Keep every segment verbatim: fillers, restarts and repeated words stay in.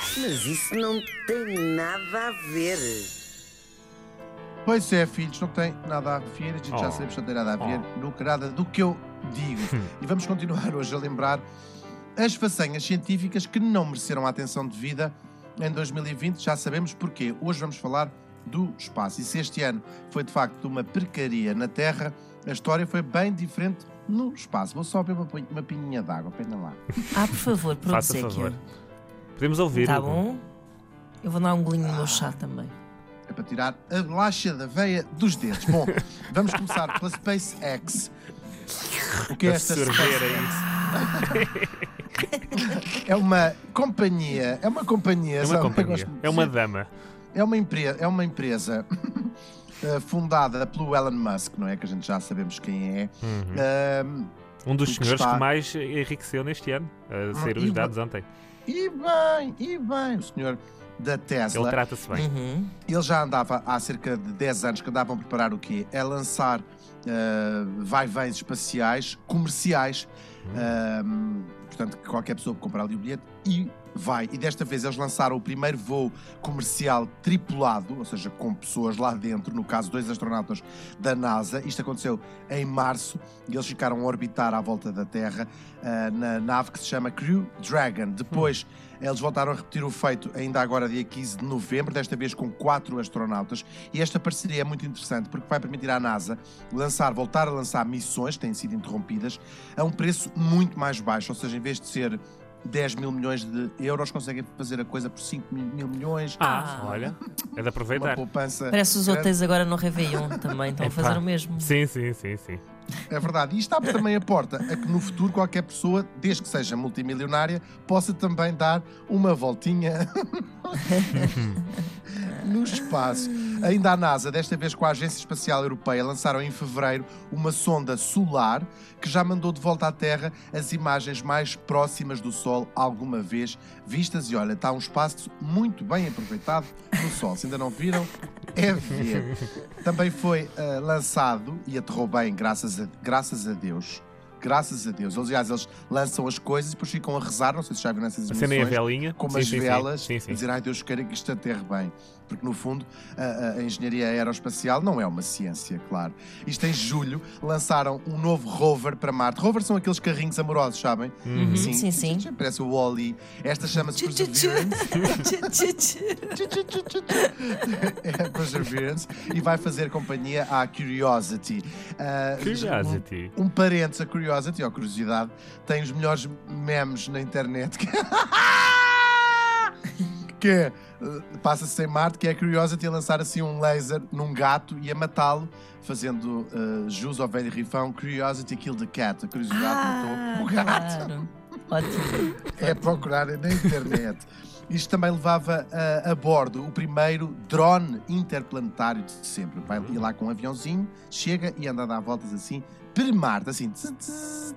Mas isso não tem nada a ver. Pois é, filhos, não tem nada a ver. A gente Oh. já sabemos que não tem nada a ver Oh. no que nada do que eu digo. E vamos continuar hoje a lembrar as façanhas científicas que não mereceram a atenção devida em dois mil e vinte. Já sabemos porquê. Hoje vamos falar do espaço. E se este ano foi de facto uma porcaria na Terra, a história foi bem diferente no espaço. Vou só beber uma, uma pinhinha de água, pena lá. Ah, por favor, por Faça obséquio. favor. Podemos ouvir. Tá Hugo? bom? Eu vou dar um golinho no meu chá também. É para tirar a bolacha da veia dos dedos. Bom, vamos começar pela SpaceX. O que é esta Absorver SpaceX? é isso. É uma companhia. É uma companhia. É uma sabe? Eu companhia. gosto de É uma dizer. dama. É uma, empre é uma empresa eh, fundada pelo Elon Musk, não é? Que a gente já sabemos quem é. Uhum. Um, Um dos o que senhores está- que mais enriqueceu neste ano. A saíram e os dados ontem. e bem, e bem, o senhor da Ele Tesla. trata-se bem. Uhum. Ele já andava há cerca de dez anos que andavam a preparar o quê? É lançar eh, vai-vens espaciais comerciais. Um, portanto, que qualquer pessoa pode comprar ali o bilhete e vai. E desta vez eles lançaram o primeiro voo comercial tripulado, ou seja, com pessoas lá dentro, no caso, dois astronautas da NASA. Isto aconteceu em março e eles ficaram a orbitar à volta da Terra uh, na nave que se chama Crew Dragon. Depois, eles voltaram a repetir o feito ainda agora, dia quinze de novembro, desta vez com quatro astronautas. E esta parceria é muito interessante porque vai permitir à NASA lançar, voltar a lançar missões que têm sido interrompidas a um preço muito mais baixo, ou seja, em vez de ser dez mil milhões de euros, conseguem fazer a coisa por cinco mil milhões. Ah, Ah. olha. É de Uma aproveitar. poupança. Parece os grande. hotéis agora no Réveillon também estão a Epá. fazer o mesmo. Sim, sim, sim, sim. É verdade. E isto abre também a porta a que no futuro qualquer pessoa, desde que seja multimilionária, possa também dar uma voltinha no espaço. Ainda a NASA, desta vez com a Agência Espacial Europeia, lançaram em fevereiro uma sonda solar que já mandou de volta à Terra as imagens mais próximas do Sol alguma vez vistas. E olha, está um espaço muito bem aproveitado no Sol. Se ainda não viram, é ver. Também foi ah, lançado e aterrou bem, graças a, graças a Deus. Graças a Deus. Aliás, eles lançam as coisas e depois ficam a rezar. Não sei se já viram essas A cena é a emoções. velinha. Como Sim, as sim, sim. velas, Sim, sim. a dizer, ai Deus queira que isto aterre bem. Porque no fundo, a, a engenharia aeroespacial não é uma ciência, claro. Isto em julho lançaram um novo rover para Marte. Rovers são aqueles carrinhos amorosos, sabem? Uhum, sim, sim. Parece o Wall-E. Esta chama-se Perseverance. É Perseverance e vai fazer companhia à Curiosity. Ah, Curiosity. Um, um parênteses, a Curiosity, ou curiosidade, tem os melhores memes na internet. Que é, uh, passa-se em Marte, que é a Curiosity a lançar assim um laser num gato e a matá-lo, fazendo uh, jus ao velho rifão Curiosity killed the cat. A curiosidade matou o gato. Claro. Ótimo. É procurar na internet. Isto também levava uh, a bordo o primeiro drone interplanetário de sempre. Vai ir lá com um aviãozinho, chega e anda a dar voltas assim, per Marte, assim. Tz, tz,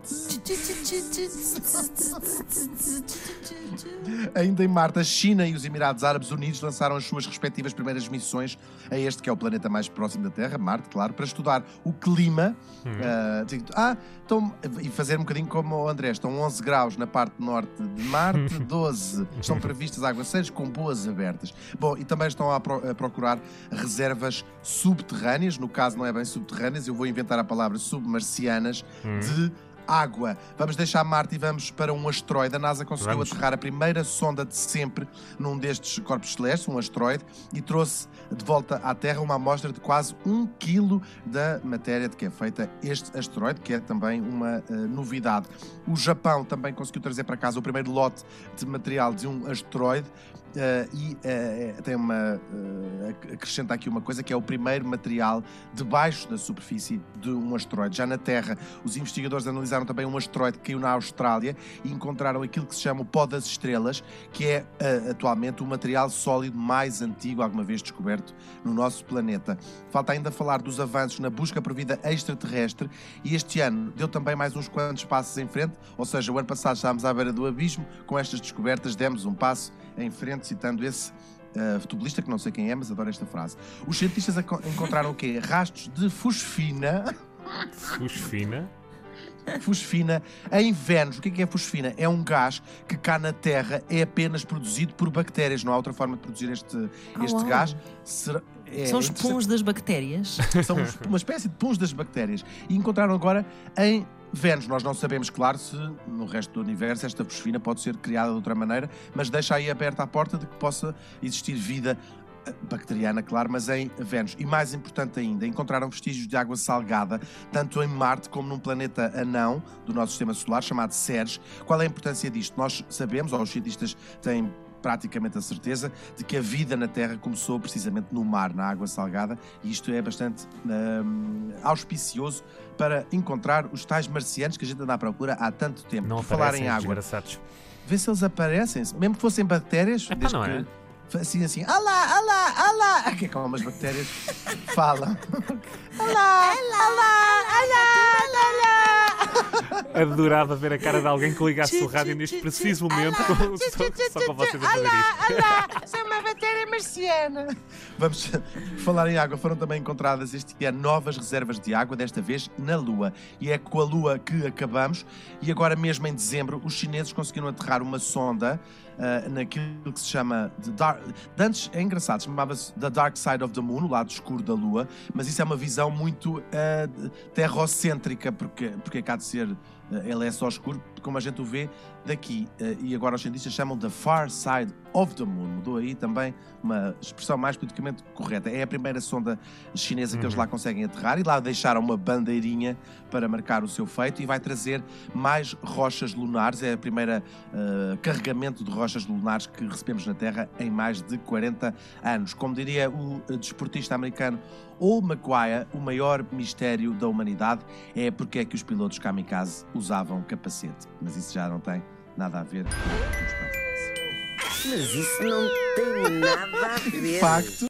tz. Ainda em Marte, a China e os Emirados Árabes Unidos lançaram as suas respectivas primeiras missões a este que é o planeta mais próximo da Terra, Marte, claro, para estudar o clima. Uh, digo, ah, então, e fazer um bocadinho como o André, estão onze graus na parte norte de Marte, doze estão previstas aguaceiros com boas abertas. Bom, e também estão a, pro, a procurar reservas subterrâneas, no caso não é bem subterrâneas, eu vou inventar a palavra submarcianas, de água. Vamos deixar Marte e vamos para um asteroide. A NASA conseguiu Vamos. aterrar a primeira sonda de sempre num destes corpos celestes, um asteroide, e trouxe de volta à Terra uma amostra de quase um quilo da matéria de que é feita este asteroide, que é também uma uh, novidade. O Japão também conseguiu trazer para casa o primeiro lote de material de um asteroide. Uh, e uh, tem uma uh, acrescenta aqui uma coisa, que é o primeiro material debaixo da superfície de um asteroide. Já na Terra, os investigadores analisaram também um asteroide que caiu na Austrália e encontraram aquilo que se chama o pó das estrelas, que é uh, atualmente o material sólido mais antigo alguma vez descoberto no nosso planeta. Falta ainda falar dos avanços na busca por vida extraterrestre, e este ano deu também mais uns quantos passos em frente, ou seja, o ano passado estávamos à beira do abismo, com estas descobertas demos um passo em frente, citando esse uh, futebolista que não sei quem é, mas adoro esta frase. Os cientistas encontraram o quê? Rastros de fosfina. Fosfina. fosfina em Vênus. O que é que é fosfina? É um gás que cá na Terra é apenas produzido por bactérias. Não há outra forma de produzir este, Ah, este uau. gás. Será- é São os interessante. puns das bactérias. São uns- uma espécie de puns das bactérias. E encontraram agora em Vênus. Nós não sabemos, claro, se no resto do universo esta fosfina pode ser criada de outra maneira, mas deixa aí aberta a porta de que possa existir vida eh, bacteriana, claro, mas em Vênus. E mais importante ainda, encontraram vestígios de água salgada, tanto em Marte como num planeta anão do nosso sistema solar, chamado Ceres. Qual é a importância disto? Nós sabemos, ou os cientistas têm praticamente a certeza de que a vida na Terra começou precisamente no mar, na água salgada, e isto é bastante hum, auspicioso para encontrar os tais marcianos que a gente anda à procura há tanto tempo. Não Por falar aparecem, em água, desgraçados. vê se eles aparecem, mesmo que fossem bactérias, Epá, desde não que é? assim, assim, alá, alá, alá, que é como as bactérias falam. Alá, alá, alá, alá. Adorava ver a cara de alguém que ligasse o rádio neste preciso momento com- só, só com vocês a fazer isto. Sou uma bactéria marciana. Vamos falar em água. Foram também encontradas este ano novas reservas de água, desta vez na Lua. E é com a Lua que acabamos. E agora mesmo em dezembro, os chineses conseguiram aterrar uma sonda uh, naquilo que se chama The Dark... de Antes, é engraçado, chamava-se The Dark Side of the Moon, o lado escuro da Lua, mas isso é uma visão muito uh, terrocêntrica, porque, porque é cá de ser... Ele é só escuro, como a gente o vê daqui. E agora os cientistas chamam The Far Side of the Moon. Mudou aí também uma expressão mais politicamente correta. É a primeira sonda chinesa que eles lá conseguem aterrar e lá deixaram uma bandeirinha para marcar o seu feito e vai trazer mais rochas lunares. É a primeira uh, carregamento de rochas lunares que recebemos na Terra em mais de quarenta anos. Como diria o desportista americano Ol Maguire, o maior mistério da humanidade é porque é que os pilotos kamikaze usavam capacete. Mas isso já não tem nada a ver com o espaço. Mas isso não tem nada a ver. De facto,